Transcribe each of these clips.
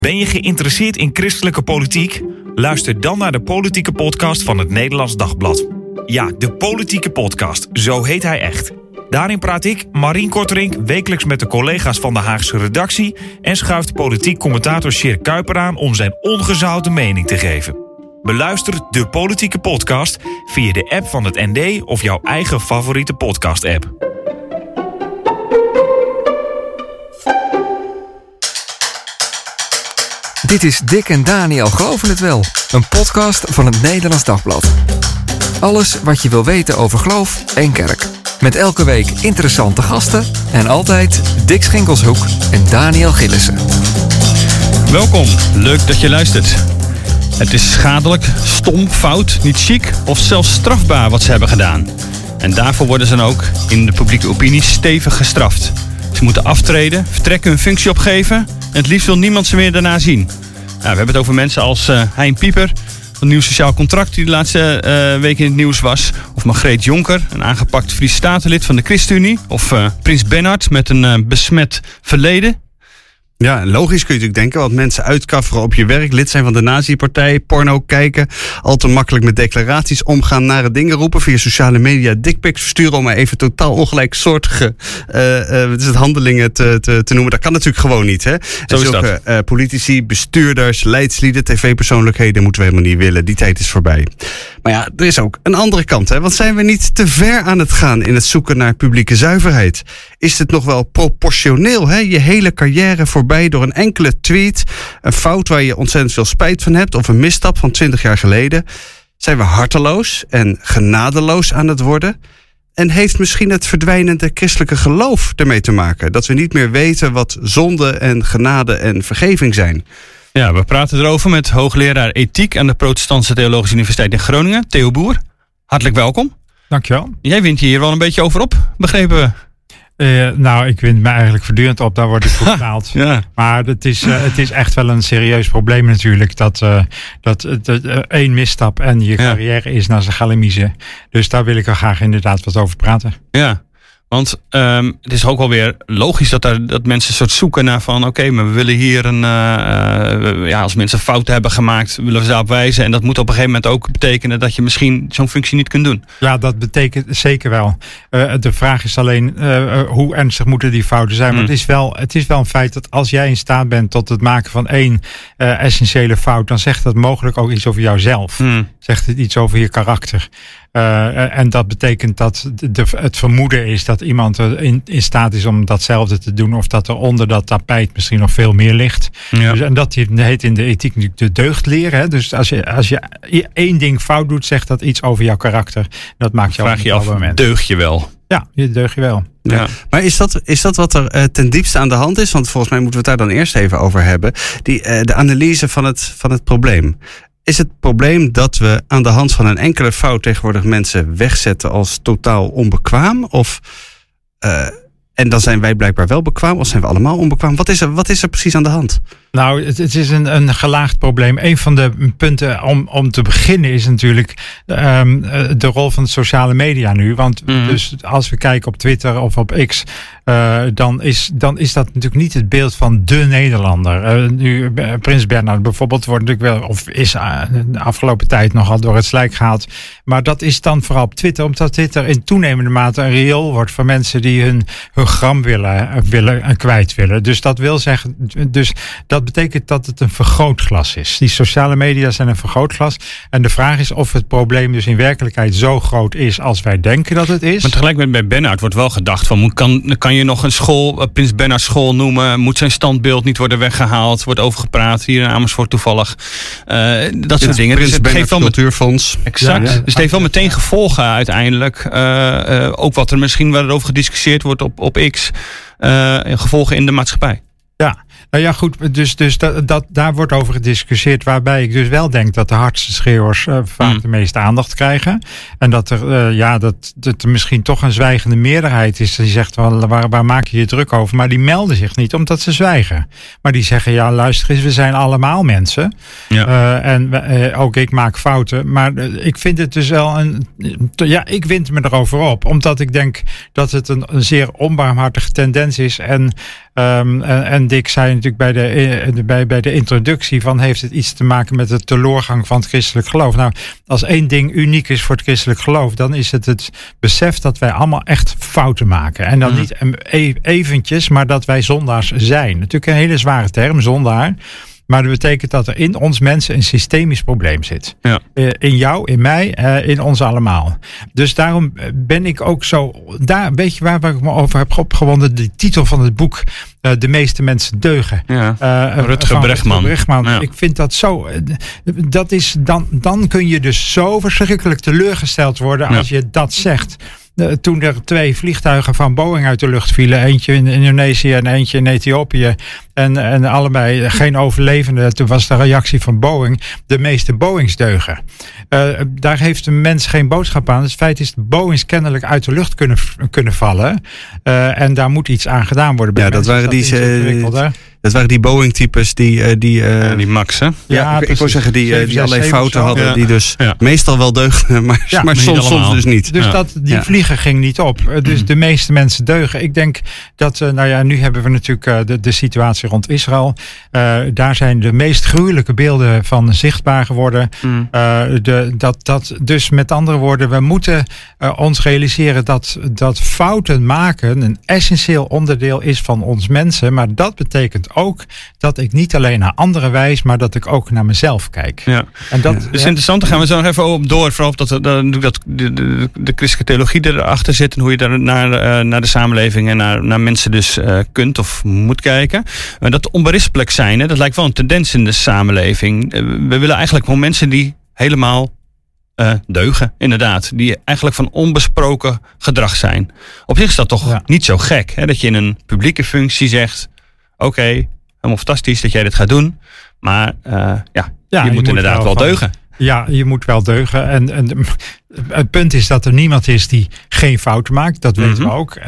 Ben je geïnteresseerd in christelijke politiek? Luister dan naar de politieke podcast van het Nederlands Dagblad. Ja, de politieke podcast, zo heet hij echt. Daarin praat ik, Marien Korterink, wekelijks met de collega's van de Haagse redactie en schuift politiek commentator Sjeer Kuiper aan om zijn ongezouten mening te geven. Beluister de politieke podcast via de app van het ND of jouw eigen favoriete podcast-app. Dit is Dick en Daniel Geloven het Wel, een podcast van het Nederlands Dagblad. Alles wat je wil weten over geloof en kerk. Met elke week interessante gasten en altijd Dick Schinkelshoek en Daniel Gillissen. Welkom, leuk dat je luistert. Het is schadelijk, stom, fout, niet chic of zelfs strafbaar wat ze hebben gedaan. En daarvoor worden ze dan ook in de publieke opinie stevig gestraft. Ze moeten aftreden, vertrekken, hun functie opgeven en het liefst wil niemand ze meer daarna zien. We hebben het over mensen als Hein Pieper, van het Nieuw Sociaal Contract die de laatste week in het nieuws was. Of Margreet Jonker, een aangepakt Fries Statenlid van de ChristenUnie. Of Prins Bernhard met een besmet verleden. Ja, logisch kun je natuurlijk denken, want mensen uitkafferen op je werk, lid zijn van de nazi-partij, porno kijken, al te makkelijk met declaraties omgaan, nare dingen roepen, via sociale media dickpics versturen, om maar even totaal ongelijksoortige handelingen te noemen. Dat kan natuurlijk gewoon niet, hè? Zo is dat. Politici, bestuurders, leidslieden, tv-persoonlijkheden moeten we helemaal niet willen. Die tijd is voorbij. Maar ja, er is ook een andere kant, hè? Want zijn we niet te ver aan het gaan in het zoeken naar publieke zuiverheid? Is het nog wel proportioneel, hè? Je hele carrière voorbij door een enkele tweet, een fout waar je ontzettend veel spijt van hebt of een misstap van 20 jaar geleden. Zijn we harteloos en genadeloos aan het worden? En heeft misschien het verdwijnende christelijke geloof ermee te maken? Dat we niet meer weten wat zonde en genade en vergeving zijn? Ja, we praten erover met hoogleraar ethiek aan de Protestantse Theologische Universiteit in Groningen, Theo Boer. Hartelijk welkom. Dankjewel. Jij wint hier wel een beetje over op, begrepen we. Ik wind me eigenlijk voortdurend op, daar word ik voor betaald. Ja. Maar het is echt wel een serieus probleem natuurlijk. Dat één misstap en je carrière is naar zijn galamiezen. Dus daar wil ik er graag inderdaad wat over praten. Ja, want het is ook wel weer logisch dat mensen een soort zoeken naar van oké, maar we willen hier als mensen fouten hebben gemaakt, willen we ze daarop wijzen. En dat moet op een gegeven moment ook betekenen dat je misschien zo'n functie niet kunt doen. Ja, dat betekent zeker wel. De vraag is alleen hoe ernstig moeten die fouten zijn. Maar het is wel een feit dat als jij in staat bent tot het maken van één essentiële fout, dan zegt dat mogelijk ook iets over jouzelf. Zegt het iets over je karakter. En dat betekent dat het vermoeden is dat iemand in staat is om datzelfde te doen, of dat er onder dat tapijt misschien nog veel meer ligt. Ja. Dus, en dat heet in de ethiek natuurlijk de deugdleer. Hè? Dus als je één ding fout doet, zegt dat iets over jouw karakter. Dat maakt jou vraag je af, deug je wel? Ja, je deug je wel. Ja. Maar is dat wat er ten diepste aan de hand is? Want volgens mij moeten we het daar dan eerst even over hebben. De analyse van het probleem. Is het probleem dat we aan de hand van een enkele fout tegenwoordig mensen wegzetten als totaal onbekwaam? En dan zijn wij blijkbaar wel bekwaam, of zijn we allemaal onbekwaam? Wat is er precies aan de hand? Nou, het is een gelaagd probleem. Een van de punten om te beginnen is natuurlijk de rol van de sociale media nu. Want dus als we kijken op Twitter of op X, dan is dat natuurlijk niet het beeld van de Nederlander. Nu Prins Bernhard bijvoorbeeld wordt natuurlijk wel, of is de afgelopen tijd nogal door het slijk gehaald. Maar dat is dan vooral op Twitter, omdat Twitter in toenemende mate een riool wordt voor mensen die hun gram willen kwijt willen. Dus dat wil zeggen, dat betekent dat het een vergrootglas is. Die sociale media zijn een vergrootglas. En de vraag is of het probleem dus in werkelijkheid zo groot is als wij denken dat het is. Maar tegelijkertijd bij Bernhard wordt wel gedacht van, kan je nog een school, Prins Bernhard school noemen? Moet zijn standbeeld niet worden weggehaald? Wordt overgepraat hier in Amersfoort toevallig. Dat soort dingen. Prins Bernhard Cultuurfonds. Exact. Ja. Dus het heeft wel meteen gevolgen uiteindelijk. Ook wat er misschien waar over gediscussieerd wordt op X. Gevolgen in de maatschappij. Ja, nou ja, goed, dus daar wordt over gediscussieerd, waarbij ik dus wel denk dat de hardste schreeuwers vaak de meeste aandacht krijgen. En dat er misschien toch een zwijgende meerderheid is die zegt, waar maak je je druk over? Maar die melden zich niet omdat ze zwijgen. Maar die zeggen, ja, luister eens, we zijn allemaal mensen. Ja. Ook ik maak fouten. Maar ik vind het dus wel ik wind me erover op. Omdat ik denk dat het een zeer onbarmhartige tendens is. En En Dick zei natuurlijk bij de introductie van, heeft het iets te maken met de teloorgang van het christelijk geloof? Nou, als één ding uniek is voor het christelijk geloof, dan is het besef dat wij allemaal echt fouten maken. En dan niet eventjes, maar dat wij zondaars zijn. Natuurlijk een hele zware term, zondaar. Maar dat betekent dat er in ons mensen een systemisch probleem zit. Ja. In jou, in mij, in ons allemaal. Dus daarom ben ik ook zo... weet je waar ik me over heb opgewonden? De titel van het boek, De meeste mensen deugen. Ja. Rutger Bregman. Ja. Ik vind dat zo... Dat is dan kun je dus zo verschrikkelijk teleurgesteld worden als je dat zegt. Toen er 2 vliegtuigen van Boeing uit de lucht vielen. Eentje in Indonesië en eentje in Ethiopië. En allebei geen overlevenden. Toen was de reactie van Boeing: de meeste Boeings deugen. Daar heeft een mens geen boodschap aan. Het feit is dat Boeings kennelijk uit de lucht kunnen vallen. En daar moet iets aan gedaan worden. Bij dat waren die Boeing-types die Max, hè? Ja, ik wou zeggen, die allerlei fouten hadden. Die dus meestal wel deugden, maar soms dus niet. Dus die vliegen ging niet op. Dus de meeste mensen deugen. Ik denk dat, nu hebben we natuurlijk de situatie rond Israël. Daar zijn de meest gruwelijke beelden van zichtbaar geworden. Dus met andere woorden, we moeten ons realiseren dat fouten maken een essentieel onderdeel is van ons mensen. Maar dat betekent ook dat ik niet alleen naar anderen wijs, maar dat ik ook naar mezelf kijk. Ja. En dat is interessant. Daar gaan we zo nog even op door. Vooral dat de christelijke theologie erachter zit en hoe je daar naar de samenleving en naar mensen dus kunt of moet kijken. Dat onberispelijk zijn, dat lijkt wel een tendens in de samenleving. We willen eigenlijk gewoon mensen die helemaal deugen, inderdaad. Die eigenlijk van onbesproken gedrag zijn. Op zich is dat toch niet zo gek, hè? Dat je in een publieke functie zegt: oké, helemaal fantastisch dat jij dit gaat doen. Maar je moet inderdaad wel deugen. Ja, je moet wel deugen. En het punt is dat er niemand is die geen fouten maakt. Dat weten we ook.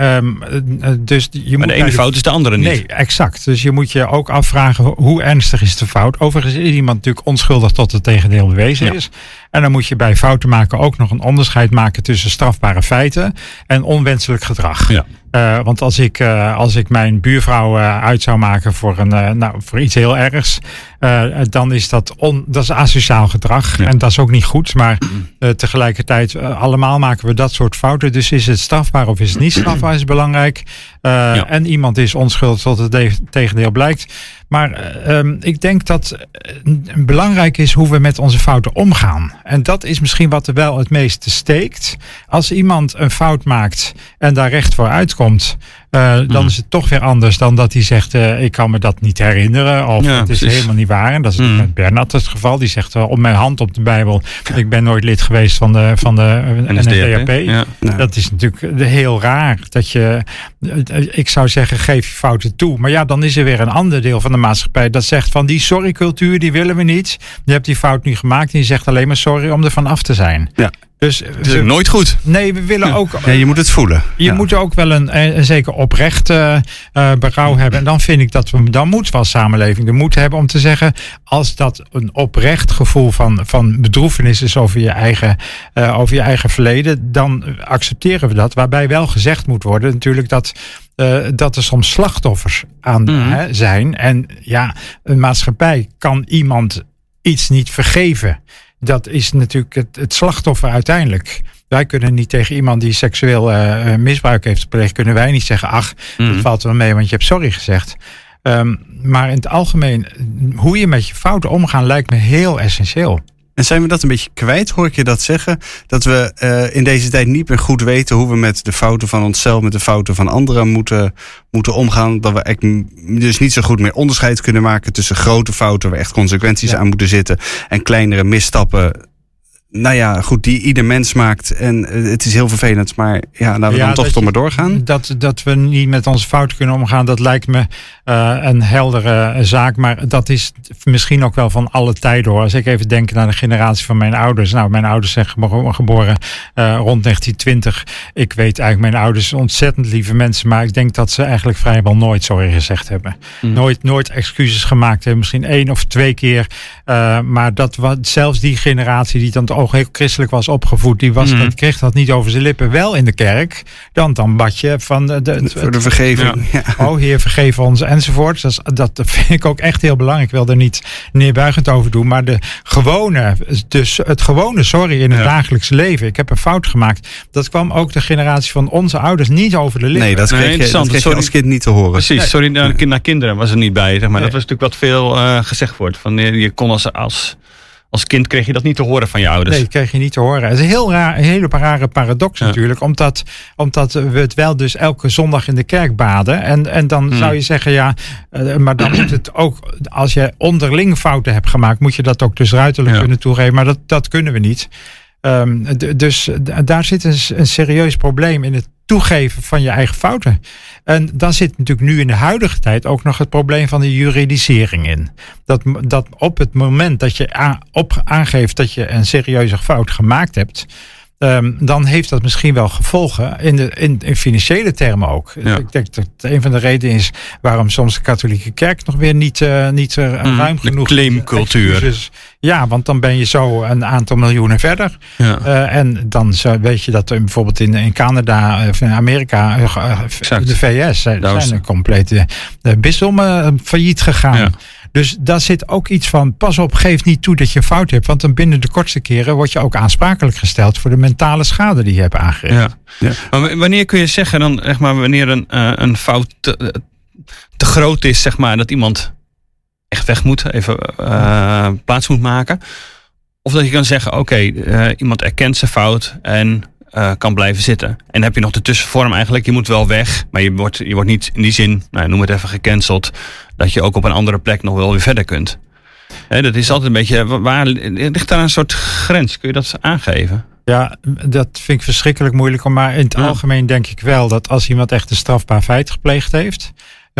Dus maar de ene fout is de andere niet. Nee, exact. Dus je moet je ook afvragen, hoe ernstig is de fout? Overigens is iemand natuurlijk onschuldig tot het tegendeel bewezen is. En dan moet je bij fouten maken ook nog een onderscheid maken tussen strafbare feiten en onwenselijk gedrag. Ja. Want als ik mijn buurvrouw uit zou maken voor iets heel ergs, dan is dat is asociaal gedrag. Ja. En dat is ook niet goed. Maar tegelijkertijd, allemaal maken we dat soort fouten. Dus is het strafbaar of is het niet strafbaar, is belangrijk. En iemand is onschuldig tot het tegendeel blijkt. Maar ik denk dat belangrijk is hoe we met onze fouten omgaan. En dat is misschien wat er wel het meeste steekt. Als iemand een fout maakt en daar recht voor uitkomt, dan is het toch weer anders dan dat hij zegt: ik kan me dat niet herinneren. Of het is helemaal niet waar. En dat is met Bernard het geval. Die zegt op mijn hand op de Bijbel: ik ben nooit lid geweest van de NSDAP. Ja. Dat is natuurlijk heel raar. Dat ik zou zeggen, geef je fouten toe. Maar dan is er weer een ander deel van de maatschappij dat zegt van die sorry-cultuur, die willen we niet. Je hebt die fout nu gemaakt en je zegt alleen maar sorry om er van af te zijn. Ja. Dus het is nooit goed. Nee, we willen ook... Ja, je moet het voelen. Je moet ook wel een zeker oprecht berouw hebben. En dan vind ik dat we dan moeten we als samenleving de moed hebben om te zeggen, als dat een oprecht gevoel van bedroefenis is over je eigen verleden, dan accepteren we dat. Waarbij wel gezegd moet worden natuurlijk dat er soms slachtoffers aan zijn. En een maatschappij kan iemand iets niet vergeven. Dat is natuurlijk het slachtoffer uiteindelijk. Wij kunnen niet tegen iemand die seksueel misbruik heeft gepleegd, kunnen wij niet zeggen, ach, dat valt wel mee, want je hebt sorry gezegd. Maar in het algemeen, hoe je met je fouten omgaan, lijkt me heel essentieel. En zijn we dat een beetje kwijt, hoor ik je dat zeggen? Dat we in deze tijd niet meer goed weten hoe we met de fouten van onszelf, met de fouten van anderen moeten omgaan. Dat we eigenlijk dus niet zo goed meer onderscheid kunnen maken tussen grote fouten waar echt consequenties aan moeten zitten en kleinere misstappen. Nou ja, goed, die ieder mens maakt. En het is heel vervelend, maar laten we dan toch toch maar doorgaan. Dat we niet met onze fouten kunnen omgaan, dat lijkt me een heldere zaak. Maar dat is misschien ook wel van alle tijden, hoor. Als ik even denk naar de generatie van mijn ouders. Nou, mijn ouders zijn geboren rond 1920. Ik weet eigenlijk, mijn ouders ontzettend lieve mensen. Maar ik denk dat ze eigenlijk vrijwel nooit sorry gezegd hebben. Nooit excuses gemaakt hebben. Misschien 1 of 2 keer. Maar dat zelfs die generatie die dan ook heel christelijk was opgevoed, die kreeg dat niet over zijn lippen. Wel in de kerk, dan bad je van voor de vergeving. Ja. Oh Heer, vergeef ons enzovoort. Dat vind ik ook echt heel belangrijk. Ik wil er niet neerbuigend over doen, maar het gewone sorry in het dagelijkse leven. Ik heb een fout gemaakt. Dat kwam ook de generatie van onze ouders niet over de lippen. Nee, dat kreeg je als kind niet te horen. Precies, nee. Sorry naar kinderen was er niet bij. Zeg maar. Nee. Dat was natuurlijk wat veel gezegd wordt. Van, je kon als kind kreeg je dat niet te horen van je ouders. Nee, kreeg je niet te horen. Het is een hele rare paradox natuurlijk. Omdat we het wel dus elke zondag in de kerk baden. En dan zou je zeggen, maar dan moet het ook, als je onderling fouten hebt gemaakt, moet je dat ook dus ruiterlijk kunnen toegeven. Maar dat kunnen we niet. Dus daar zit een serieus probleem in het toegeven van je eigen fouten. En dan zit natuurlijk nu in de huidige tijd ook nog het probleem van de juridisering in. Dat op het moment dat je aangeeft dat je een serieuze fout gemaakt hebt, dan heeft dat misschien wel gevolgen in financiële termen ook. Ja. Ik denk dat een van de redenen is waarom soms de katholieke kerk nog weer niet ruim genoeg de claimcultuur. Ja, want dan ben je zo een aantal miljoenen verder. Ja. En dan weet je dat bijvoorbeeld in Canada of in Amerika, de VS, zijn een complete bisdommen failliet gegaan. Ja. Dus daar zit ook iets van, pas op, geef niet toe dat je een fout hebt. Want dan binnen de kortste keren word je ook aansprakelijk gesteld voor de mentale schade die je hebt aangericht. Ja. Ja. Maar wanneer kun je zeggen dan, zeg maar, wanneer een fout te groot is, zeg maar, dat iemand echt weg moet, even plaats moet maken? Of dat je kan zeggen, oké, iemand erkent zijn fout en kan blijven zitten. En dan heb je nog de tussenvorm eigenlijk, je moet wel weg, maar je wordt niet in die zin, noem het even gecanceld, dat je ook op een andere plek nog wel weer verder kunt. Dat is altijd een beetje, waar ligt daar een soort grens? Kun je dat aangeven? Ja, dat vind ik verschrikkelijk moeilijk. Maar in het algemeen denk ik wel dat als iemand echt een strafbaar feit gepleegd heeft,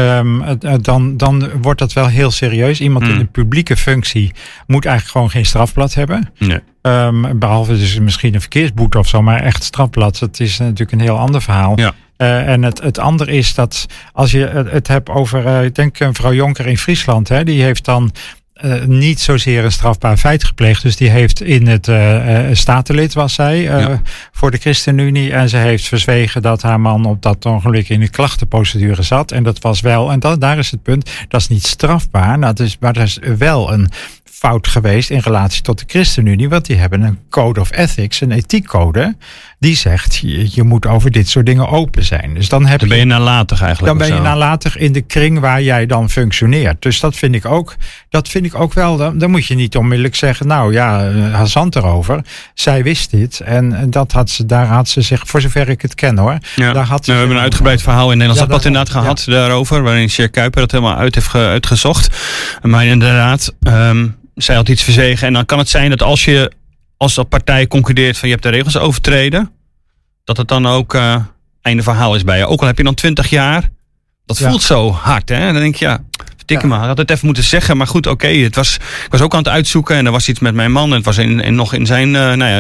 dan wordt dat wel heel serieus. Iemand in een publieke functie moet eigenlijk gewoon geen strafblad hebben. Nee. Behalve dus misschien een verkeersboete of zo, maar echt strafblad, dat is natuurlijk een heel ander verhaal. Ja. En het andere is dat als je het hebt over, ik denk mevrouw Jonker in Friesland, die heeft dan niet zozeer een strafbaar feit gepleegd. Dus die heeft in het statenlid was zij voor de ChristenUnie. En ze heeft verzwegen dat haar man op dat ogenblik in de klachtenprocedure zat. En dat was wel, en daar is het punt, dat is niet strafbaar. Maar dat is wel een fout geweest in relatie tot de ChristenUnie. Want die hebben een code of ethics, een ethiekcode, die zegt, je moet over dit soort dingen open zijn. Dus dan ben je nalatig eigenlijk. Dan ben je nalatig in de kring waar jij dan functioneert. Dus dat vind ik ook wel. Dan moet je niet onmiddellijk zeggen, hazant erover. Zij wist dit. En daar had ze zich, voor zover ik het ken hoor. Ja. Daar had ze we hebben een uitgebreid verhaal in Nederlands Dagblad inderdaad gehad daarover. Waarin Sjer Kuiper dat helemaal uitgezocht. Maar inderdaad, zij had iets verzwegen. En dan kan het zijn dat als dat partij concludeert van je hebt de regels overtreden, dat het dan ook einde verhaal is bij je. Ook al heb je dan 20 jaar, dat voelt zo hard. Hè? Dan denk je, verdikke me, had het even moeten zeggen. Maar goed, oké, ik was ook aan het uitzoeken en er was iets met mijn man. En het was nog in zijn,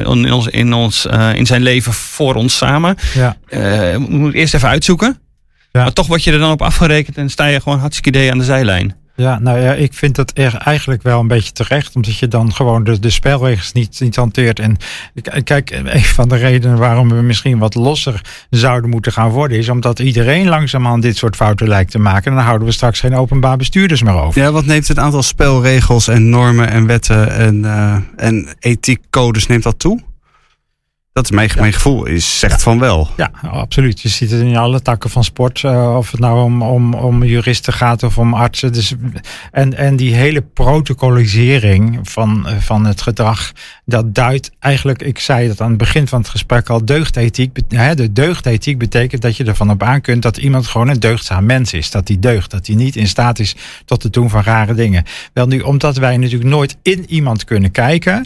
in zijn leven voor ons samen. Ja. Moet ik eerst even uitzoeken. Ja. Maar toch word je er dan op afgerekend en sta je gewoon hartstikke idee aan de zijlijn. Ja, ik vind dat eigenlijk wel een beetje terecht. Omdat je dan gewoon de spelregels niet hanteert. En kijk, een van de redenen waarom we misschien wat losser zouden moeten gaan worden, is omdat iedereen langzaamaan dit soort fouten lijkt te maken. En dan houden we straks geen openbaar bestuurders meer over. Ja, wat neemt het aantal spelregels en normen en wetten en ethiekcodes, neemt dat toe? Dat is mijn gevoel, zegt van wel. Ja, absoluut. Je ziet het in alle takken van sport. Of het nou om juristen gaat of om artsen. Dus, en die hele protocolisering van het gedrag, dat duidt eigenlijk, ik zei dat aan het begin van het gesprek al, deugdethiek. De deugdethiek betekent dat je ervan op aan kunt dat iemand gewoon een deugdzaam mens is. Dat hij deugt, dat hij niet in staat is tot het doen van rare dingen. Wel nu, omdat wij natuurlijk nooit in iemand kunnen kijken,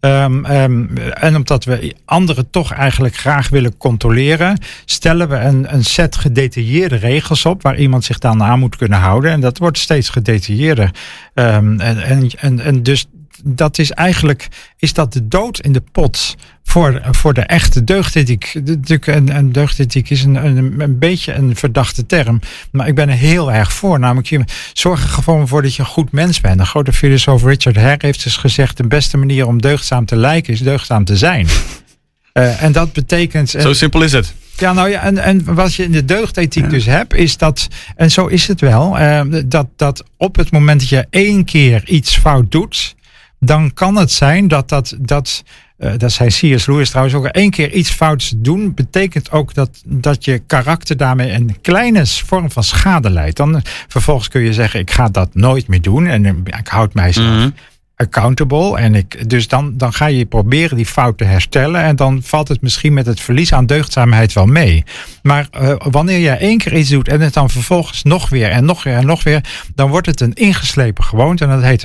en omdat we anderen toch eigenlijk graag willen controleren, stellen we een set gedetailleerde regels op waar iemand zich dan aan moet kunnen houden. En dat wordt steeds gedetailleerder. En dus dat is eigenlijk dat de dood in de pot voor de echte deugdethiek. Natuurlijk, een deugdethiek is een beetje een verdachte term. Maar ik ben er heel erg voor. Namelijk, je zorg er gewoon voor dat je een goed mens bent. Een grote filosoof Richard Hare heeft dus gezegd, de beste manier om deugdzaam te lijken is deugdzaam te zijn. En dat betekent... Zo simpel is het. Ja, nou ja, en wat je in de deugdethiek dus hebt, is dat, en zo is het wel, dat op het moment dat je 1 keer iets fout doet, dan kan het zijn dat zei C.S. Lewis trouwens ook, 1 keer iets fouts doen, betekent ook dat je karakter daarmee een kleine vorm van schade leidt. Dan vervolgens kun je zeggen, ik ga dat nooit meer doen en ik houd mijzelf accountable. En dus dan ga je proberen die fout te herstellen. En dan valt het misschien met het verlies aan deugdzaamheid wel mee. Maar wanneer je 1 keer iets doet en het dan vervolgens nog weer en nog weer en nog weer, dan wordt het een ingeslepen gewoonte. En dat heet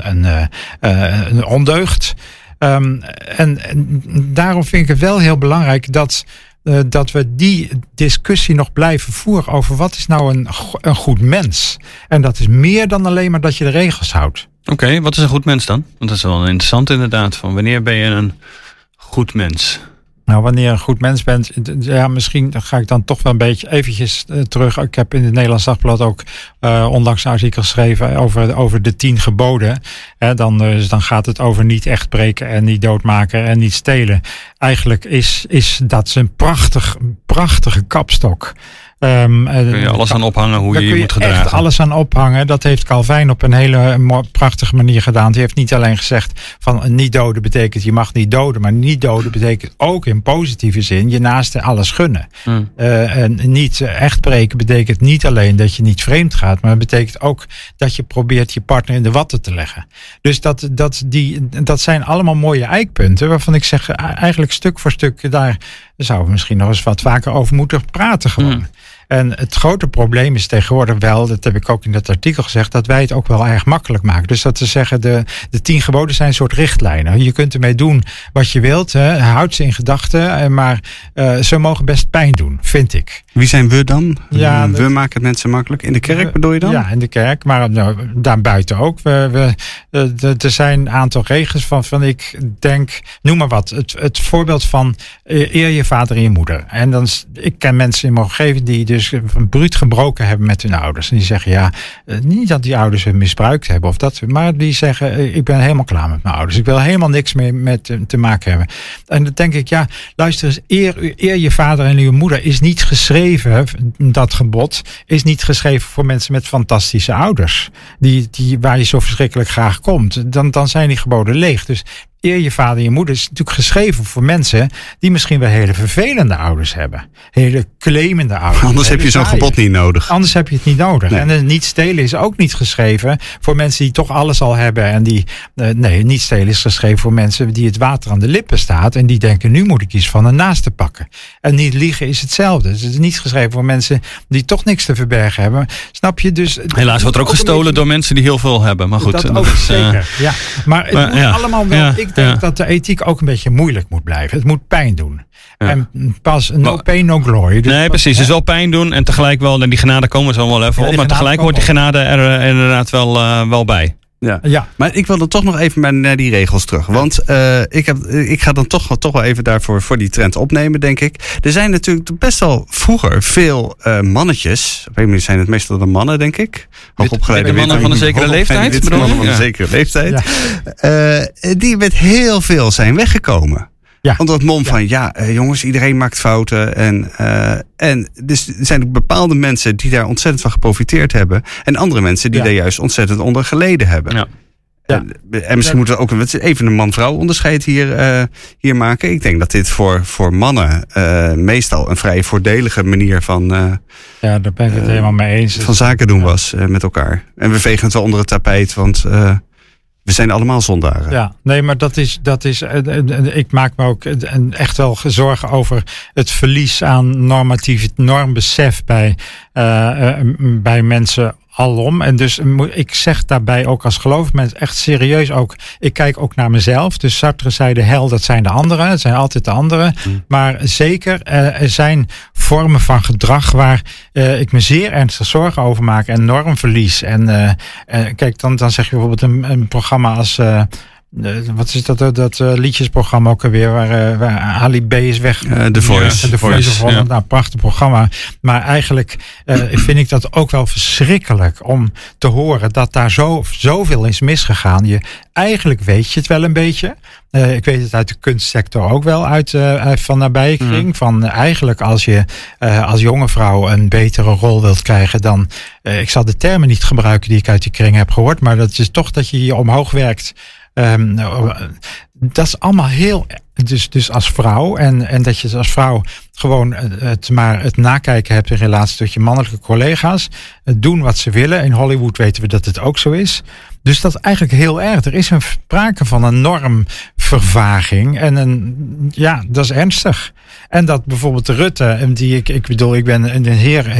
een ondeugd. En daarom vind ik het wel heel belangrijk dat we die discussie nog blijven voeren over wat is nou een goed mens. En dat is meer dan alleen maar dat je de regels houdt. Oké, wat is een goed mens dan? Want dat is wel interessant inderdaad. Van wanneer ben je een goed mens? Nou, wanneer je een goed mens bent, ja, misschien ga ik dan toch wel een beetje eventjes terug. Ik heb in het Nederlands Dagblad ook onlangs een artikel geschreven over de 10 geboden. Dan gaat het over niet echt breken en niet doodmaken en niet stelen. Eigenlijk is dat een prachtige kapstok. Kun je alles aan ophangen hoe je moet gedragen. Echt alles aan ophangen. Dat heeft Calvijn op een hele prachtige manier gedaan. Die heeft niet alleen gezegd van niet doden betekent je mag niet doden. Maar niet doden betekent ook in positieve zin je naaste alles gunnen. En niet echt breken betekent niet alleen dat je niet vreemd gaat. Maar het betekent ook dat je probeert je partner in de watten te leggen. Dus dat zijn allemaal mooie eikpunten. Waarvan ik zeg eigenlijk stuk voor stuk daar zouden we misschien nog eens wat vaker over moeten praten gewoon. En het grote probleem is tegenwoordig wel, dat heb ik ook in dat artikel gezegd, dat wij het ook wel erg makkelijk maken. Dus dat te zeggen, de 10 geboden zijn een soort richtlijnen. Je kunt ermee doen wat je wilt, houd ze in gedachten, maar ze mogen best pijn doen, vind ik. Wie zijn we dan? Ja, we maken het mensen makkelijk. In de kerk bedoel je dan? Ja, in de kerk, maar daarbuiten ook. Er zijn een aantal regels van ik denk, noem maar wat, het voorbeeld van eer je vader en je moeder. En ik ken mensen in mijn omgeving die dus bruut gebroken hebben met hun ouders. En die zeggen, niet dat die ouders hun misbruikt hebben of dat, maar die zeggen, ik ben helemaal klaar met mijn ouders. Ik wil helemaal niks meer met te maken hebben. En dan denk ik, luister eens, eer je vader en je moeder is niet geschreven, dat gebod, is niet geschreven voor mensen met fantastische ouders. Waar je zo verschrikkelijk graag komt. Dan zijn die geboden leeg. Dus eer je vader en je moeder is natuurlijk geschreven voor mensen die misschien wel hele vervelende ouders hebben. Hele claimende ouders. Anders heb je zo'n gebod niet nodig. Anders heb je het niet nodig. Nee. En niet stelen is ook niet geschreven voor mensen die toch alles al hebben. En niet stelen is geschreven voor mensen die het water aan de lippen staat. En die denken, nu moet ik iets van een naaste pakken. En niet liegen is hetzelfde. Dus het is niet geschreven voor mensen die toch niks te verbergen hebben. Snap je? Dus helaas wordt er ook gestolen door mensen die heel veel hebben. Maar goed. Dat ook zeker, ja. Maar het moet allemaal wel... Ja. Ik denk dat de ethiek ook een beetje moeilijk moet blijven. Het moet pijn doen. Ja. En pas no pain, no glory. Dus nee, precies. Het is wel pijn doen en tegelijk wel, en die genade komen zo wel even op. Maar tegelijk hoort die genade er inderdaad wel bij. Ja. Maar ik wil dan toch nog even naar die regels terug. Want ik ga dan toch wel even daarvoor voor die trend opnemen, denk ik. Er zijn natuurlijk best wel vroeger veel mannetjes. Op een manier zijn het meestal de mannen, denk ik. Hoogopgeleide mannen van een zekere leeftijd. Mannen van een zekere leeftijd. Die met heel veel zijn weggekomen. Ja. Onder het mom van, jongens, iedereen maakt fouten. En dus er zijn ook bepaalde mensen die daar ontzettend van geprofiteerd hebben. En andere mensen die daar juist ontzettend onder geleden hebben. Ja. En misschien moeten we ook even een man-vrouw onderscheid hier maken. Ik denk dat dit voor mannen meestal een vrij voordelige manier van... daar ben ik het helemaal mee eens. Van zaken doen was met elkaar. En we vegen het wel onder het tapijt, want... we zijn allemaal zondaren. Ja, nee, maar dat is ik maak me ook echt wel zorgen over het verlies aan normbesef bij mensen alom. En dus ik zeg daarbij ook als geloofsmens echt serieus ook, ik kijk ook naar mezelf. Dus Sartre zei de hel, dat zijn de anderen. Het zijn altijd de anderen. Maar zeker, er zijn vormen van gedrag waar ik me zeer ernstig zorgen over maak en normverlies. En kijk, dan zeg je bijvoorbeeld een programma als wat is dat liedjesprogramma ook alweer, waar Ali B is weg. The Voice. The Voice. Ja. Nou, prachtig programma. Maar eigenlijk vind ik dat ook wel verschrikkelijk om te horen dat daar zoveel is misgegaan. Eigenlijk weet je het wel een beetje. Ik weet het uit de kunstsector ook wel, uit van nabije kring. Van eigenlijk als je als jonge vrouw een betere rol wilt krijgen dan... ik zal de termen niet gebruiken die ik uit die kring heb gehoord. Maar dat is toch dat je omhoog werkt. Dat is allemaal heel... Dus als vrouw. En dat je als vrouw gewoon het nakijken hebt in relatie tot je mannelijke collega's. Doen wat ze willen. In Hollywood weten we dat het ook zo is. Dus dat is eigenlijk heel erg. Er is een sprake van een normvervaging. En dat is ernstig. En dat bijvoorbeeld Rutte, ik bedoel, ik ben een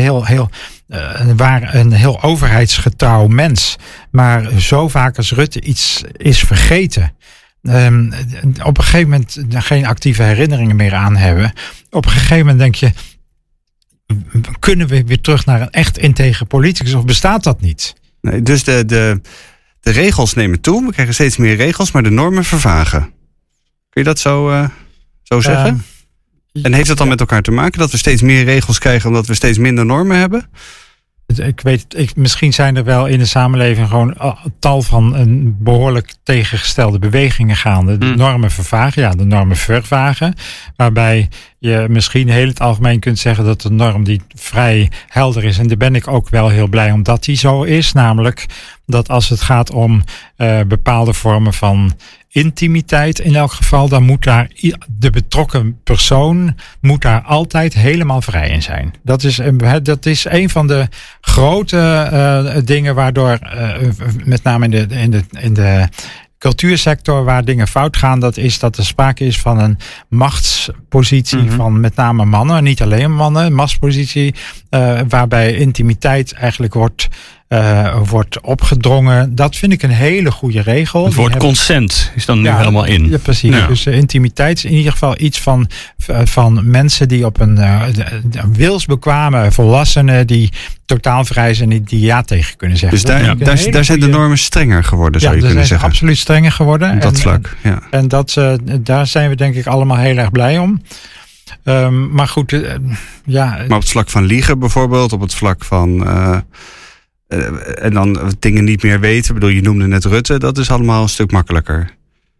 heel overheidsgetrouw mens. Maar zo vaak als Rutte iets is vergeten. Op een gegeven moment geen actieve herinneringen meer aan hebben. Op een gegeven moment denk je, kunnen we weer terug naar een echt integer politicus of bestaat dat niet? Nee, dus de regels nemen toe. We krijgen steeds meer regels, maar de normen vervagen. Kun je dat zo zeggen? En heeft dat dan met elkaar te maken dat we steeds meer regels krijgen omdat we steeds minder normen hebben? Misschien zijn er wel in de samenleving gewoon tal van een behoorlijk tegengestelde bewegingen gaande. De normen vervagen, de normen vervagen. Waarbij je misschien heel het algemeen kunt zeggen dat de norm die vrij helder is. En daar ben ik ook wel heel blij omdat die zo is. Namelijk dat als het gaat om bepaalde vormen van intimiteit in elk geval, dan moet daar de betrokken persoon moet daar altijd helemaal vrij in zijn. Dat is een van de grote dingen waardoor met name in de cultuursector waar dingen fout gaan, dat is dat er sprake is van een machtspositie van met name mannen, niet alleen mannen, een machtspositie waarbij intimiteit eigenlijk wordt opgedrongen. Dat vind ik een hele goede regel. Het woord consent is dan nu helemaal in. Ja, precies. Ja. Dus intimiteit is in ieder geval iets van mensen die op een wilsbekwame volwassenen die totaal vrij zijn en die ja tegen kunnen zeggen. Dus daar zijn de normen strenger geworden, zou je kunnen zeggen. Ja, absoluut strenger geworden. Op dat vlak, ja. En daar zijn we denk ik allemaal heel erg blij om. Maar goed, Maar op het vlak van liegen bijvoorbeeld, op het vlak van... en dan dingen niet meer weten. Ik bedoel, je noemde net Rutte. Dat is allemaal een stuk makkelijker.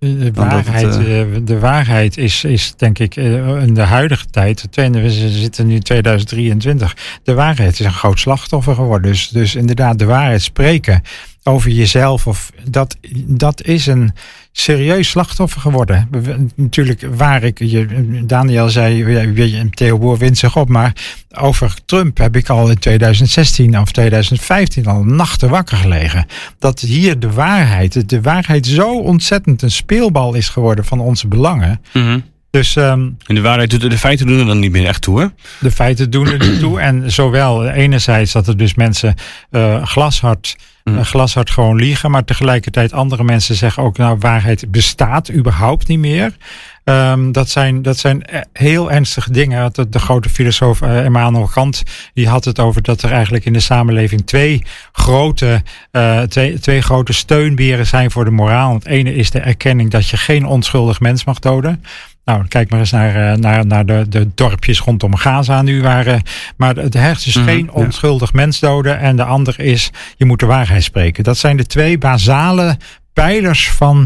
De waarheid is denk ik in de huidige tijd. We zitten nu in 2023. De waarheid is een groot slachtoffer geworden. Dus inderdaad, de waarheid spreken over jezelf. Dat is een serieus slachtoffer geworden. Natuurlijk, Daniel zei, Theo Boer wint zich op, maar over Trump heb ik al in 2016 of 2015 al nachten wakker gelegen. Dat hier de waarheid zo ontzettend een speelbal is geworden van onze belangen. Mm-hmm. Dus, en de feiten doen er dan niet meer echt toe, hè? De feiten doen er niet toe. En zowel enerzijds dat er dus mensen glashard gewoon liegen, maar tegelijkertijd andere mensen zeggen ook, waarheid bestaat überhaupt niet meer. Dat zijn heel ernstige dingen. De grote filosoof Immanuel Kant, die had het over dat er eigenlijk in de samenleving twee grote steunberen zijn voor de moraal. Het ene is de erkenning dat je geen onschuldig mens mag doden. Nou, kijk maar eens naar de dorpjes rondom Gaza nu. Maar het herst is geen onschuldig mens doden. En de andere is, je moet de waarheid spreken. Dat zijn de twee basale pijlers van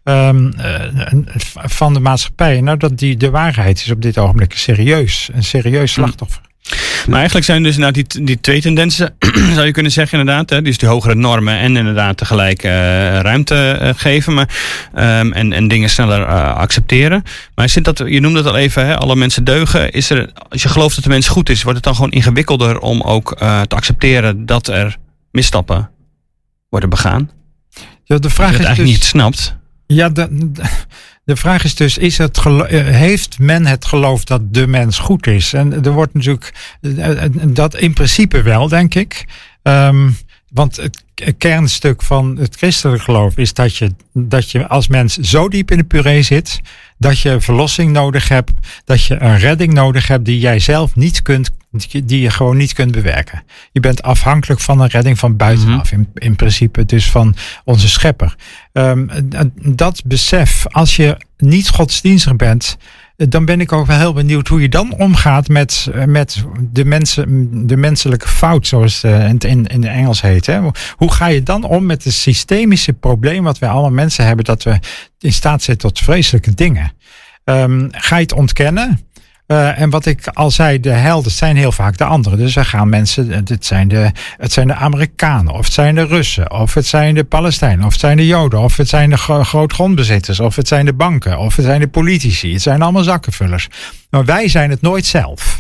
de maatschappij. Nou, de waarheid is op dit ogenblik een serieus slachtoffer. Maar eigenlijk zijn dus die twee tendensen, zou je kunnen zeggen inderdaad. Hè? Dus die hogere normen en inderdaad tegelijk ruimte geven. Maar, en dingen sneller accepteren. Maar je noemde het al even, hè? Alle mensen deugen. Als je gelooft dat de mens goed is, wordt het dan gewoon ingewikkelder om ook te accepteren dat er misstappen worden begaan? Ja, de vraag dat je het eigenlijk niet snapt. Ja, de vraag is dus, heeft men het geloof dat de mens goed is? En er wordt natuurlijk, dat in principe wel, denk ik. Want het kernstuk van het christelijk geloof is dat je als mens zo diep in de puree zit, dat je verlossing nodig hebt, dat je een redding nodig hebt die jij zelf niet kunt die je gewoon niet kunt bewerken. Je bent afhankelijk van een redding van buitenaf. In principe dus van onze schepper. Dat besef, als je niet godsdienstig bent, dan ben ik ook wel heel benieuwd hoe je dan omgaat met de menselijke fout, zoals het in de Engels heet. Hè? Hoe ga je dan om met het systemische probleem wat wij allemaal mensen hebben, dat we in staat zijn tot vreselijke dingen? Ga je het ontkennen? En wat ik al zei, de helden zijn heel vaak de anderen. Dus er gaan mensen, het zijn de Amerikanen, of het zijn de Russen, of het zijn de Palestijnen, of het zijn de Joden, of het zijn de grootgrondbezitters, of het zijn de banken, of het zijn de politici. Het zijn allemaal zakkenvullers. Maar wij zijn het nooit zelf.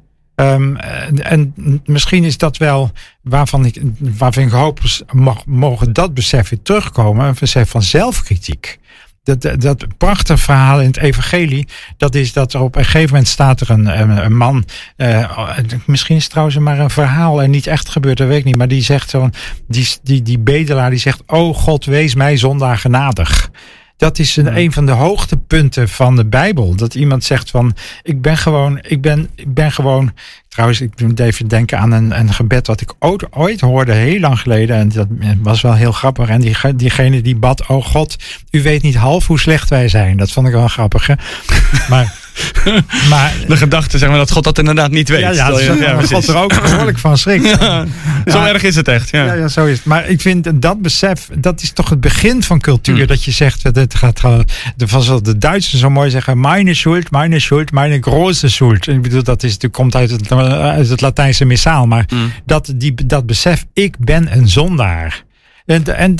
En misschien is dat wel waarvan ik hoop, mogen dat besef weer terugkomen, een besef van zelfkritiek. Dat prachtige verhaal in het evangelie, dat is dat er op een gegeven moment staat er een man, misschien is het trouwens maar een verhaal en niet echt gebeurd, dat weet ik niet, maar die zegt zo, die bedelaar die zegt, oh God, wees mij zondaar genadig. Dat is een van de hoogtepunten van de Bijbel. Dat iemand zegt van, ik ben gewoon. Trouwens, ik moet even denken aan een gebed wat ik ooit hoorde, heel lang geleden. En dat was wel heel grappig. En diegene die bad, oh God, u weet niet half hoe slecht wij zijn. Dat vond ik wel grappig, hè? Maar de gedachte, zeg maar, dat God dat inderdaad niet weet. Dat God er ook behoorlijk van schrikt. Zo erg is het echt. Ja, zo is het. Maar ik vind dat besef, dat is toch het begin van cultuur. Dat je zegt, het gaat zoals de Duitsers zo mooi zeggen, meine Schuld, meine große Schuld. Ik bedoel, dat komt uit het Latijnse missaal. Maar dat besef, ik ben een zondaar. En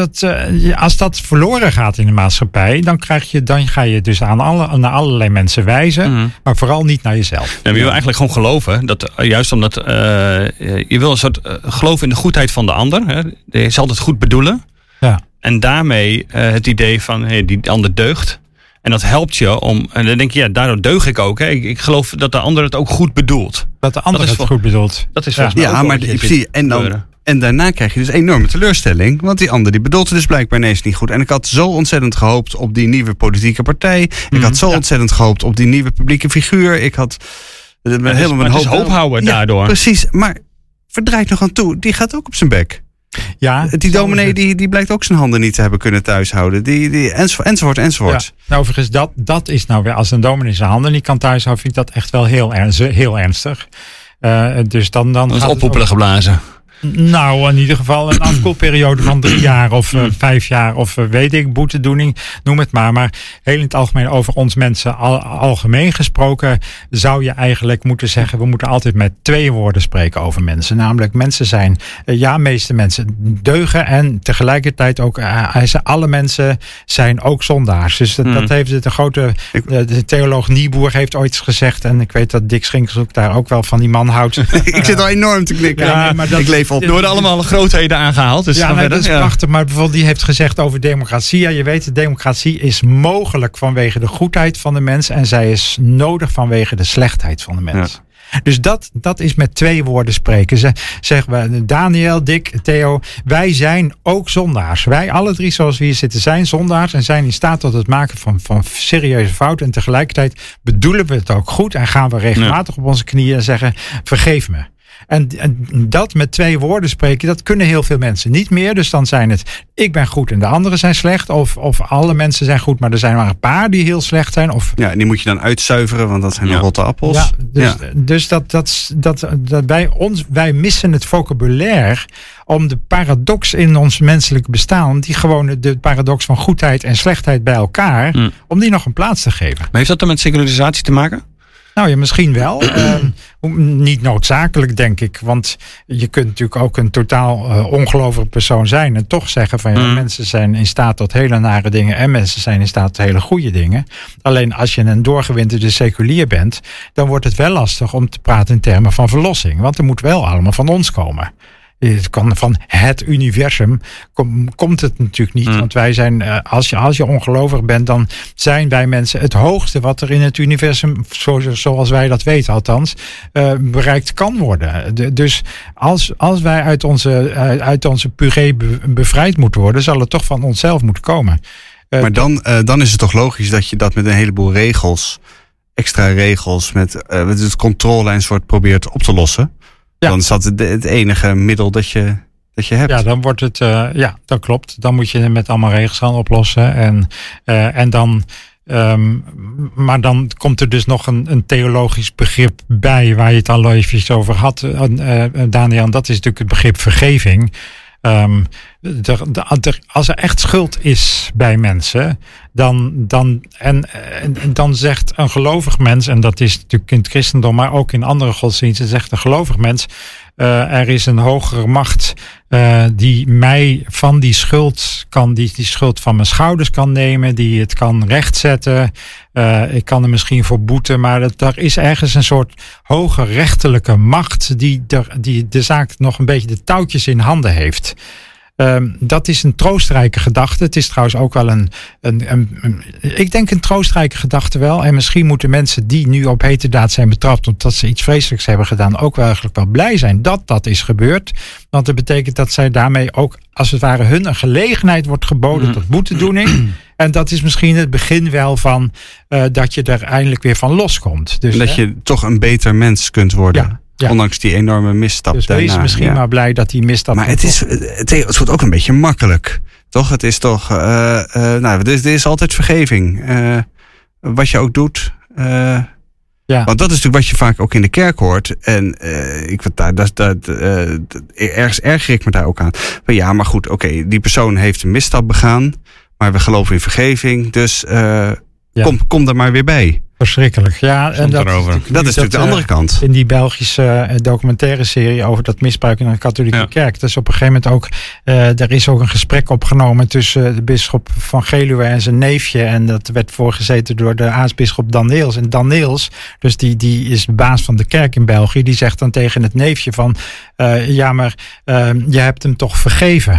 als dat verloren gaat in de maatschappij, dan ga je dus naar allerlei mensen wijzen, maar vooral niet naar jezelf. Je wil eigenlijk gewoon geloven, dat juist omdat je wil een soort geloof in de goedheid van de ander. Hè. Je zal het goed bedoelen. Ja. En daarmee het idee van die ander deugt. En dat helpt je om, en dan denk je, daardoor deug ik ook. Hè. Ik geloof dat de ander het ook goed bedoelt. Dat de ander het goed bedoelt. Dat is volgens mij ook maar precies. En daarna krijg je dus enorme teleurstelling. Want die ander die bedoelt het dus blijkbaar ineens niet goed. En ik had zo ontzettend gehoopt op die nieuwe politieke partij. Ik had zo ontzettend gehoopt op die nieuwe publieke figuur. Ik had helemaal mijn hoop houden daardoor. Precies, maar verdraait nog aan toe. Die gaat ook op zijn bek. Ja, die dominee die blijkt ook zijn handen niet te hebben kunnen thuishouden. Enzovoort. Ja. Nou, overigens, dat is nou weer, als een dominee zijn handen niet kan thuishouden, vind ik dat echt wel heel ernstig. Dus dan dat is oppoepelen geblazen. Nou, in ieder geval een afkoelperiode van 3 jaar of 5 jaar of weet ik, boetedoening, noem het maar. Maar heel in het algemeen over ons mensen algemeen gesproken zou je eigenlijk moeten zeggen, we moeten altijd met 2 woorden spreken over mensen. Namelijk, mensen zijn, meeste mensen deugen en tegelijkertijd ook, alle mensen zijn ook zondaars. Dus dat heeft de grote de theoloog Nieboer heeft ooit gezegd, en ik weet dat Dick Schinkelshoek daar ook wel van die man houdt. Ik zit al enorm te knikken. Ja, maar dat, ik leef op. Er worden allemaal grootheden aangehaald. Dus dat is prachtig. Maar bijvoorbeeld die heeft gezegd over democratie. Ja, je weet, de democratie is mogelijk vanwege de goedheid van de mens. En zij is nodig vanwege de slechtheid van de mens. Ja. Dus dat is met 2 woorden spreken. Zeggen we, Daniel, Dick, Theo, wij zijn ook zondaars. Wij alle 3 zoals we hier zitten zijn zondaars en zijn in staat tot het maken van serieuze fouten. En tegelijkertijd bedoelen we het ook goed en gaan we regelmatig op onze knieën en zeggen, vergeef me. En dat met 2 woorden spreken, dat kunnen heel veel mensen niet meer. Dus dan zijn het, ik ben goed en de anderen zijn slecht. Of alle mensen zijn goed, maar er zijn maar een paar die heel slecht zijn. Ja, en die moet je dan uitzuiveren, want dat zijn de rotte appels. Ja, dus wij missen het vocabulaire om de paradox in ons menselijk bestaan, die gewoon de paradox van goedheid en slechtheid bij elkaar, om die nog een plaats te geven. Maar heeft dat dan met secularisatie te maken? Nou ja, misschien wel. Niet noodzakelijk, denk ik. Want je kunt natuurlijk ook een totaal ongelovige persoon zijn en toch zeggen van mensen zijn in staat tot hele nare dingen en mensen zijn in staat tot hele goede dingen. Alleen als je een doorgewinterde seculier bent, dan wordt het wel lastig om te praten in termen van verlossing. Want er moet wel allemaal van ons komen. Het kan van het universum, komt het natuurlijk niet. Want wij zijn, als je ongelovig bent, dan zijn wij mensen het hoogste wat er in het universum, zoals wij dat weten althans, bereikt kan worden. Dus als wij uit onze puree bevrijd moeten worden, zal het toch van onszelf moeten komen. Maar dan is het toch logisch dat je dat met een heleboel regels extra regels, met het controle enzovoort probeert op te lossen. Ja. Dan is dat het enige middel dat je hebt. Ja, dan wordt het, dat klopt. Dan moet je het met allemaal regels gaan oplossen. En dan, maar dan komt er dus nog een theologisch begrip bij, waar je het al eventjes over had, Daniel. En dat is natuurlijk het begrip vergeving. Als er echt schuld is bij mensen, dan zegt een gelovig mens, en dat is natuurlijk in het christendom, maar ook in andere godsdiensten, zegt een gelovig mens, er is een hogere macht die mij van die schuld kan, die schuld van mijn schouders kan nemen, die het kan rechtzetten. Ik kan er misschien voor boeten, maar er is ergens een soort hoge rechterlijke macht die de zaak nog een beetje de touwtjes in handen heeft. Dat is een troostrijke gedachte. Het is trouwens ook wel ik denk een troostrijke gedachte wel. En misschien moeten mensen die nu op heterdaad zijn betrapt omdat ze iets vreselijks hebben gedaan, ook wel eigenlijk wel blij zijn dat is gebeurd. Want dat betekent dat zij daarmee ook, als het ware, hun een gelegenheid wordt geboden tot boetedoening. En dat is misschien het begin wel van dat je er eindelijk weer van loskomt. Dus, dat je toch een beter mens kunt worden. Ja. Ondanks die enorme misstap. Dus daarna, wees misschien maar blij dat die misstap... Maar het wordt ook een beetje makkelijk. Toch? Het is toch... er is altijd vergeving. Wat je ook doet. Want dat is natuurlijk wat je vaak ook in de kerk hoort. En ergens erger ik me daar ook aan. Maar ja, maar goed, oké, die persoon heeft een misstap begaan. Maar we geloven in vergeving. Dus kom er maar weer bij. Verschrikkelijk, ja. En dat is natuurlijk de andere kant. In die Belgische documentaire serie over dat misbruik in de katholieke kerk. Dus op een gegeven moment ook, er is ook een gesprek opgenomen tussen de bisschop van Geluwe en zijn neefje. En dat werd voorgezeten door de aartsbisschop Dan Neels. En Dan Neels, dus die is de baas van de kerk in België, die zegt dan tegen het neefje van, je hebt hem toch vergeven.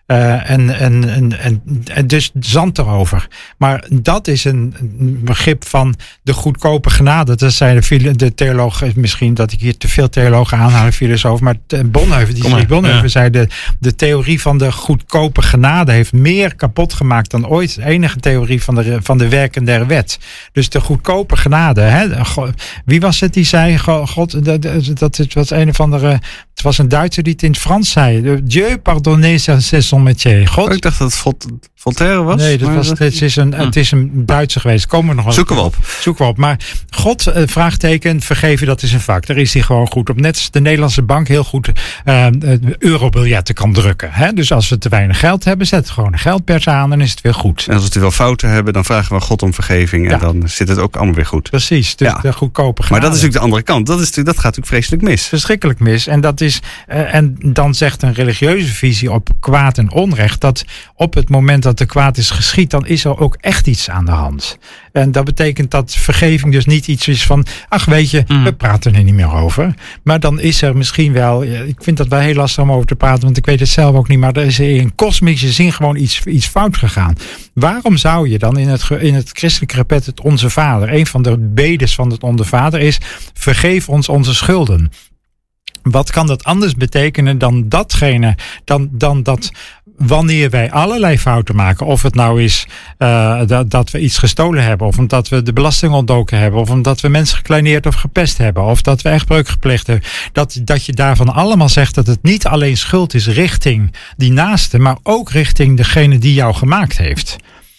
En dus zand erover. Maar dat is een begrip van de goedkope genade. Dat zei de theoloog, misschien dat ik hier te veel theologen aanhaal, filosoof, maar Bonhoeffer zei de theorie van de goedkope genade heeft meer kapot gemaakt dan ooit de enige theorie van de werken der wet. Dus de goedkope genade. Hè? Wie was het die zei, God, dat was een of andere, het was een Duitser die het in het Frans zei. Dieu pardonne c'est son métier. God. Ik dacht dat het Voltaire was. Nee, het is een Duitser geweest. Komen we nog wel. Zoeken we op. Maar God, vraagteken, vergeven, dat is een vak. Daar is hij gewoon goed op. Net als de Nederlandse bank heel goed eurobiljetten kan drukken. Hè? Dus als we te weinig geld hebben, zet gewoon een geldpers aan en is het weer goed. En als we te veel fouten hebben, dan vragen we God om vergeving. En dan zit het ook allemaal weer goed. Precies, dus de goedkope genade. Maar dat is natuurlijk de andere kant. Dat gaat natuurlijk vreselijk mis. Verschrikkelijk mis. En dat is, en dan zegt een religieuze visie op kwaad en onrecht, dat op het moment dat er kwaad is geschied, dan is er ook echt iets aan de hand. En dat betekent dat vergeving dus niet iets is van, ach weet je, we praten er niet meer over. Maar dan is er misschien wel, ik vind dat wel heel lastig om over te praten, want ik weet het zelf ook niet, maar er is in kosmische zin gewoon iets fout gegaan. Waarom zou je dan in het christelijke repet het Onze Vader, een van de bedes van het Onze Vader is, vergeef ons onze schulden. Wat kan dat anders betekenen dan datgene, dan dat wanneer wij allerlei fouten maken, of het nou is dat we iets gestolen hebben, of omdat we de belasting ontdoken hebben, of omdat we mensen gekleineerd of gepest hebben, of dat we echtbreuk gepleegd hebben, dat je daarvan allemaal zegt dat het niet alleen schuld is richting die naaste, maar ook richting degene die jou gemaakt heeft.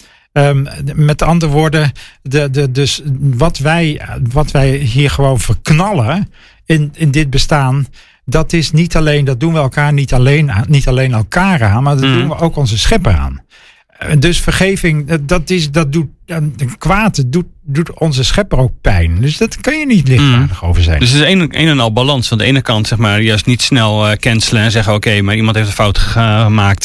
Met andere woorden, dus wat wij hier gewoon verknallen in dit bestaan, dat is niet alleen, dat doen we elkaar niet alleen elkaar aan, maar dat doen we ook onze schepper aan. Dus vergeving, dat doet kwaad, doet onze schepper ook pijn. Dus dat kan je niet lichtvaardig over zijn. Dus het is een en al balans. Van de ene kant, zeg maar, juist niet snel cancelen en zeggen, oké, maar iemand heeft een fout gemaakt.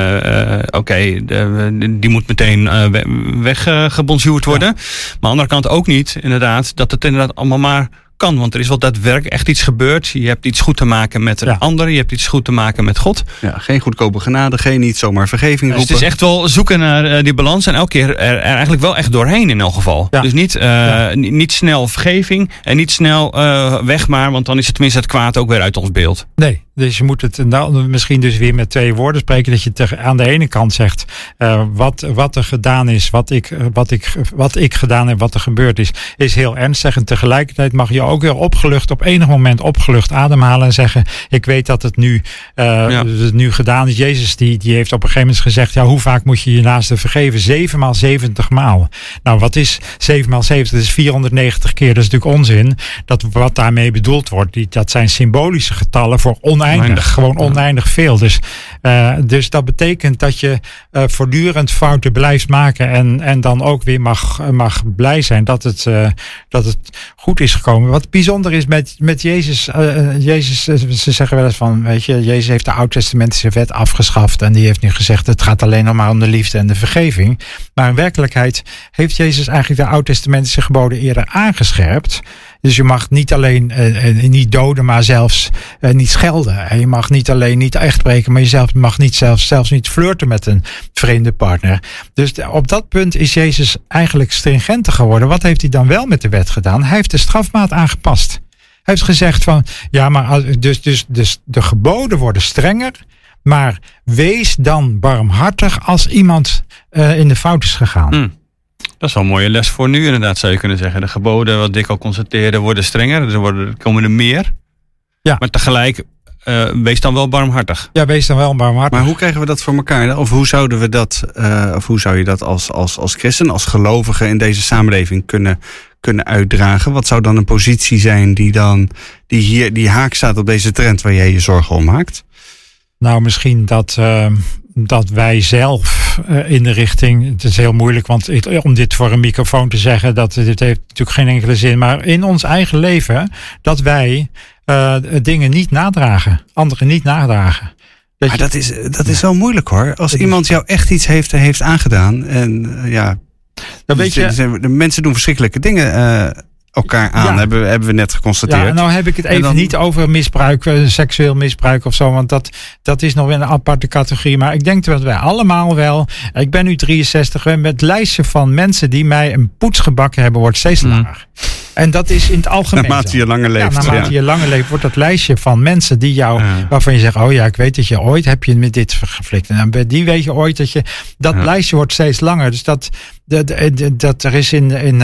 Die moet meteen weggebonjourd worden. Maar aan de andere kant ook niet, inderdaad, dat het inderdaad allemaal maar kan. Want er is wel daadwerkelijk echt iets gebeurd. Je hebt iets goed te maken met een ander. Je hebt iets goed te maken met God. Ja, geen goedkope genade, niet zomaar vergeving roepen. Dus het is echt wel zoeken naar die balans. En elke keer er eigenlijk wel echt doorheen in elk geval. Ja. Dus niet snel vergeving. En niet snel weg maar. Want dan is het tenminste het kwaad ook weer uit ons beeld. Nee. Dus je moet het misschien dus weer met 2 woorden spreken. Dat je aan de ene kant zegt wat er gedaan is, wat ik gedaan heb, wat er gebeurd is heel ernstig. En tegelijkertijd mag je ook weer op enig moment opgelucht ademhalen en zeggen, ik weet dat het nu gedaan is. Jezus die heeft op een gegeven moment gezegd, hoe vaak moet je je naaste vergeven? 7 maal 70 maal. Nou, wat is 7 maal 70? Dat is 490 keer. Dat is natuurlijk onzin. Wat daarmee bedoeld wordt, dat zijn symbolische getallen voor oneindig veel. Dus dat betekent dat je voortdurend fouten blijft maken en dan ook weer mag blij zijn dat het goed is gekomen. Wat bijzonder is met Jezus, ze zeggen wel eens van, weet je, Jezus heeft de Oud-testamentische wet afgeschaft en die heeft nu gezegd, het gaat alleen nog maar om de liefde en de vergeving. Maar in werkelijkheid heeft Jezus eigenlijk de Oud-testamentische geboden eerder aangescherpt. Dus je mag niet alleen niet doden, maar zelfs niet schelden. En je mag niet alleen niet echt breken, maar je mag niet zelfs niet flirten met een vreemde partner. Dus op dat punt is Jezus eigenlijk stringenter geworden. Wat heeft hij dan wel met de wet gedaan? Hij heeft de strafmaat aangepast. Hij heeft gezegd van, dus de geboden worden strenger, maar wees dan barmhartig als iemand in de fout is gegaan. Dat is wel een mooie les voor nu inderdaad, zou je kunnen zeggen. De geboden, wat Dick al constateerde, worden strenger. Er komen er meer. Ja. Maar tegelijk, wees dan wel barmhartig. Ja, wees dan wel barmhartig. Maar hoe krijgen we dat voor elkaar? Of hoe zouden we dat, hoe zou je dat als christen, als gelovige in deze samenleving kunnen uitdragen? Wat zou dan een positie zijn die haak staat op deze trend waar jij je zorgen om maakt? Nou, misschien dat wij zelf in de richting, het is heel moeilijk, want om dit voor een microfoon te zeggen, dit heeft natuurlijk geen enkele zin, maar in ons eigen leven, dat wij dingen niet nadragen, anderen niet nadragen. Maar dat is wel moeilijk hoor. Als iemand jou echt iets heeft aangedaan en dan weet je, de mensen doen verschrikkelijke dingen elkaar aan, hebben we net geconstateerd. Ja, nou heb ik het even niet over misbruik, seksueel misbruik of zo, want dat is nog weer een aparte categorie. Maar ik denk dat wij allemaal wel, ik ben nu 63, met het lijstje van mensen die mij een poets gebakken hebben, wordt steeds langer. En dat is in het algemeen. Naarmate je langer leeft. Naarmate je langer leeft, wordt dat lijstje van mensen die jou, waarvan je zegt, ik weet dat je ooit heb je met dit geflikt. En bij die weet je ooit dat lijstje wordt steeds langer. Dus dat er is in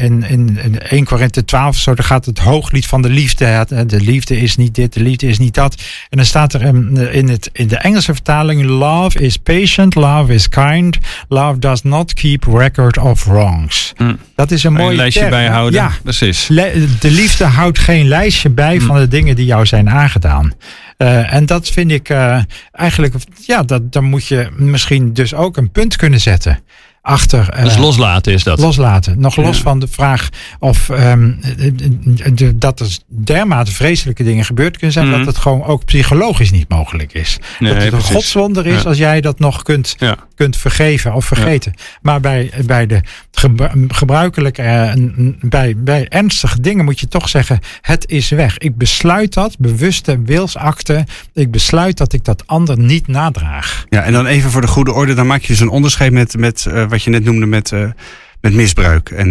1 Korinthe 12 zo, daar gaat het hooglied van de liefde. De liefde is niet dit, de liefde is niet dat. En dan staat er in de Engelse vertaling, love is patient, love is kind, love does not keep record of wrongs. Dat is een mooi lijstje bijhouden. Ja, precies. De liefde houdt geen lijstje bij van de dingen die jou zijn aangedaan. En dat vind ik eigenlijk, dan moet je misschien dus ook een punt kunnen zetten. Dus loslaten is dat. Loslaten. Nog los van de vraag of dat er dermate vreselijke dingen gebeurd kunnen zijn, dat het gewoon ook psychologisch niet mogelijk is. Nee, dat het een godswonder is als jij dat nog kunt vergeven of vergeten. Ja. Maar bij de gebruikelijke, bij ernstige dingen moet je toch zeggen, het is weg. Ik besluit dat, bewuste wilsakte, ik besluit dat ik dat ander niet nadraag. Ja, en dan even voor de goede orde, dan maak je dus een onderscheid met wat je net noemde met misbruik. En,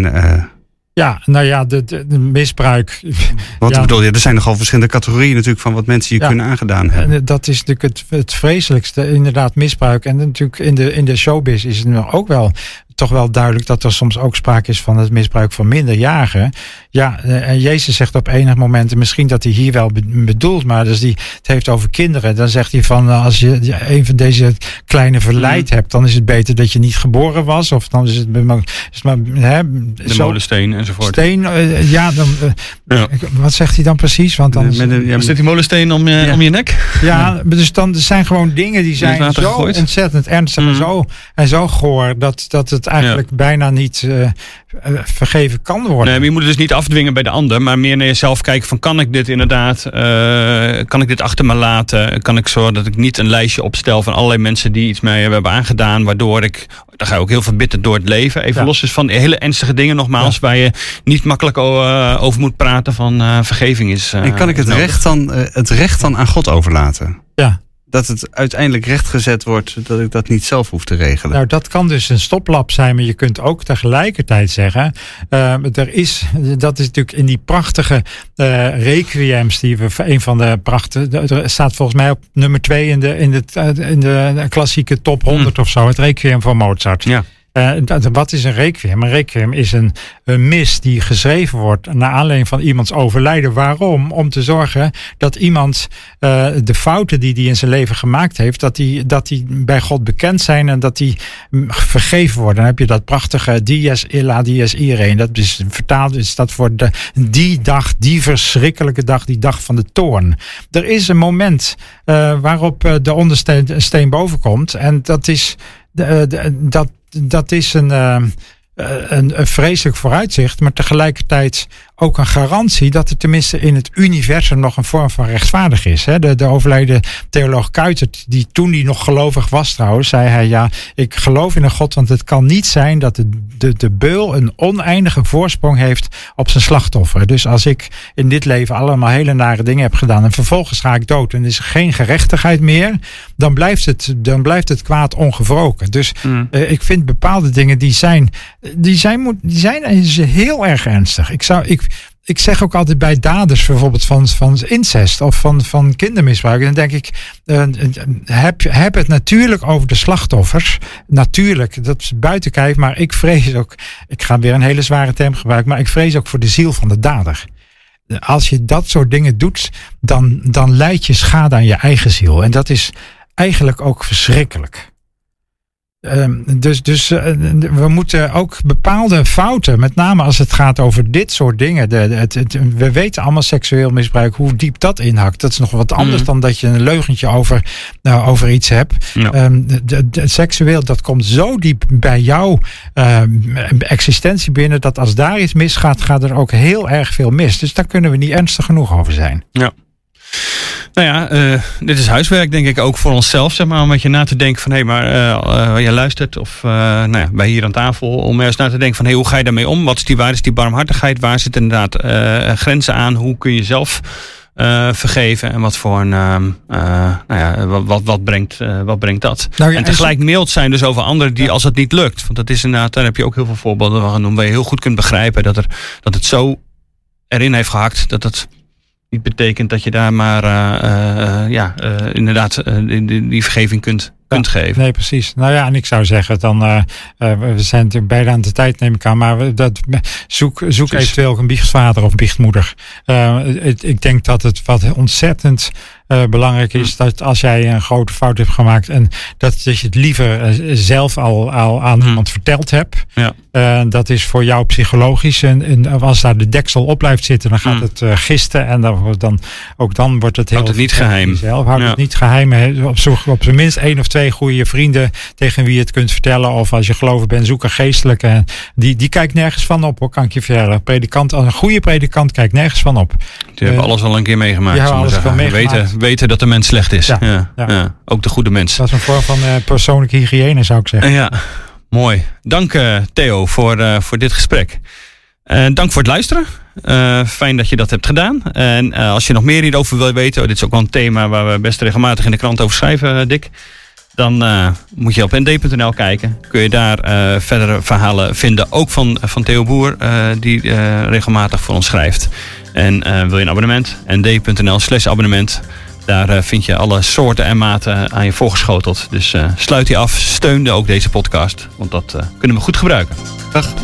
de misbruik. Wat bedoel je? Er zijn nogal verschillende categorieën natuurlijk van wat mensen je kunnen aangedaan hebben. En dat is natuurlijk het vreselijkste, inderdaad misbruik. En natuurlijk in de showbiz is het nu ook wel toch wel duidelijk dat er soms ook sprake is van het misbruik van minderjarigen. Ja, en Jezus zegt op enig moment, misschien dat hij hier wel bedoelt, maar als hij het heeft over kinderen, dan zegt hij van, als je een van deze kleine verleid hebt, dan is het beter dat je niet geboren was, of dan is het de molensteen enzovoort. Wat zegt hij dan precies? Want dan zit die molensteen om je nek? Ja, dus dan er zijn gewoon dingen die zijn zo ontzettend ernstig en zo goor, dat het het eigenlijk bijna niet vergeven kan worden. Nee, maar je moet het dus niet afdwingen bij de ander, maar meer naar jezelf kijken van kan ik dit inderdaad, kan ik dit achter me laten? Kan ik zorgen dat ik niet een lijstje opstel van allerlei mensen die iets mij hebben aangedaan, waardoor dan ga je ook heel verbitterd door het leven. Even los is van hele ernstige dingen nogmaals, waar je niet makkelijk over moet praten van vergeving is. En kan ik het recht dan aan God overlaten? Ja. Dat het uiteindelijk rechtgezet wordt, dat ik dat niet zelf hoef te regelen. Nou, dat kan dus een stoplap zijn, maar je kunt ook tegelijkertijd zeggen, dat is natuurlijk in die prachtige requiems die we, een van de prachtige, er staat volgens mij op nummer 2 in de klassieke top 100 of zo, het requiem van Mozart. Ja. Wat is een requiem? Een requiem is een mis die geschreven wordt naar aanleiding van iemands overlijden. Waarom? Om te zorgen dat iemand de fouten die hij in zijn leven gemaakt heeft, dat die bij God bekend zijn en dat die vergeven worden. Dan heb je dat prachtige Dies Illa, Dies Irae. Dat is vertaald, is dat voor die dag, die verschrikkelijke dag, die dag van de toorn. Er is een moment waarop de ondersteen boven komt en dat is dat is een vreselijk vooruitzicht, maar tegelijkertijd ook een garantie dat er tenminste in het universum nog een vorm van rechtvaardig is. De overleden theoloog Kuijtert, die toen hij nog gelovig was trouwens, zei hij, ja, ik geloof in een God, want het kan niet zijn dat de beul een oneindige voorsprong heeft op zijn slachtoffer. Dus als ik in dit leven allemaal hele nare dingen heb gedaan en vervolgens ga ik dood en er is geen gerechtigheid meer, dan blijft het kwaad ongewroken. Dus ik vind bepaalde dingen die zijn heel erg ernstig. Ik zeg ook altijd bij daders bijvoorbeeld van incest of van kindermisbruik. Dan denk ik, heb het natuurlijk over de slachtoffers. Natuurlijk, dat is buiten kijf, maar ik vrees ook, ik ga weer een hele zware term gebruiken, maar ik vrees ook voor de ziel van de dader. Als je dat soort dingen doet, dan leid je schade aan je eigen ziel. En dat is eigenlijk ook verschrikkelijk. Dus we moeten ook bepaalde fouten, met name als het gaat over dit soort dingen. We weten allemaal seksueel misbruik, hoe diep dat inhakt. Dat is nog wat anders dan dat je een leugentje over iets hebt. Ja. Seksueel, dat komt zo diep bij jouw existentie binnen, dat als daar iets misgaat, gaat er ook heel erg veel mis. Dus daar kunnen we niet ernstig genoeg over zijn. Ja. Nou ja, dit is huiswerk denk ik ook voor onszelf, zeg maar, om met je na te denken van jij luistert of bij hier aan tafel, om eens na te denken van hoe ga je daarmee om? Waar is die barmhartigheid? Waar zitten inderdaad grenzen aan? Hoe kun je zelf vergeven en wat voor wat brengt dat? En tegelijk mild zijn dus over anderen die als het niet lukt. Want dat is inderdaad, daar heb je ook heel veel voorbeelden van genoemd, waar je heel goed kunt begrijpen dat het zo erin heeft gehakt dat het niet betekent dat je daar maar inderdaad die vergeving kunt geven. Nee, precies. Nou ja, en ik zou zeggen dan, we zijn natuurlijk beide aan de tijd, neem ik aan, maar zoek eventueel een biechtvader of biechtmoeder. Ik denk dat het wat ontzettend belangrijk is dat als jij een grote fout hebt gemaakt en dat je het liever zelf al aan iemand verteld hebt. Ja. Dat is voor jou psychologisch. En als daar de deksel op blijft zitten, dan gaat het gisten en dan wordt het heel... Houd het niet geheim. Houd het niet geheim. Op zijn minst 1 of 2 goede vrienden tegen wie je het kunt vertellen. Of als je gelovig bent, zoek een geestelijke. Die kijkt nergens van op, hoor, kan ik je vertellen. Een goede predikant kijkt nergens van op. Die hebben alles al een keer meegemaakt. Weten dat de mens slecht is. Ja. Ook de goede mens. Dat is een vorm van persoonlijke hygiëne, zou ik zeggen. Ja, mooi. Dank Theo voor dit gesprek. Dank voor het luisteren. Fijn dat je dat hebt gedaan. En als je nog meer hierover wil weten, dit is ook wel een thema waar we best regelmatig in de krant over schrijven, Dick. Dan moet je op nd.nl kijken. Kun je daar verdere verhalen vinden. Ook van Theo Boer, die regelmatig voor ons schrijft. En wil je een abonnement? nd.nl/abonnement. Daar vind je alle soorten en maten aan je voorgeschoteld. Dus sluit die af. Steun ook deze podcast. Want dat kunnen we goed gebruiken. Dag.